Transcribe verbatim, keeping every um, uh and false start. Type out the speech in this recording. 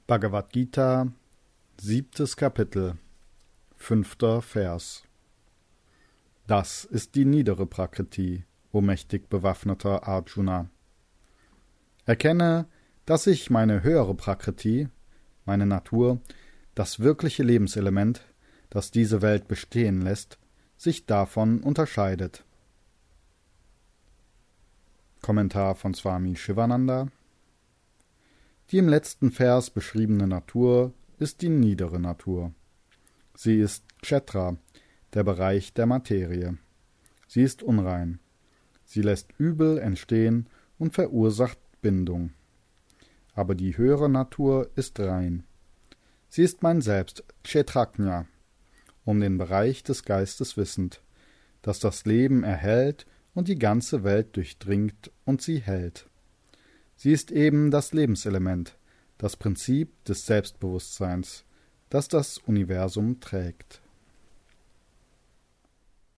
Bhagavad Gita, siebtes Kapitel, fünfter Vers. Das ist die niedere Prakriti, o mächtig bewaffneter Arjuna. Erkenne, dass sich meine höhere Prakriti, meine Natur, das wirkliche Lebenselement, das diese Welt bestehen lässt, sich davon unterscheidet. Kommentar von Swami Shivananda. Die im letzten Vers beschriebene Natur ist die niedere Natur. Sie ist Kshetra, der Bereich der Materie. Sie ist unrein. Sie lässt Übel entstehen und verursacht Bindung. Aber die höhere Natur ist rein. Sie ist mein Selbst, Kshetrajna, um den Bereich des Geistes wissend, das das Leben erhält und die ganze Welt durchdringt und sie hält. Sie ist eben das Lebenselement, das Prinzip des Selbstbewusstseins, das das Universum trägt.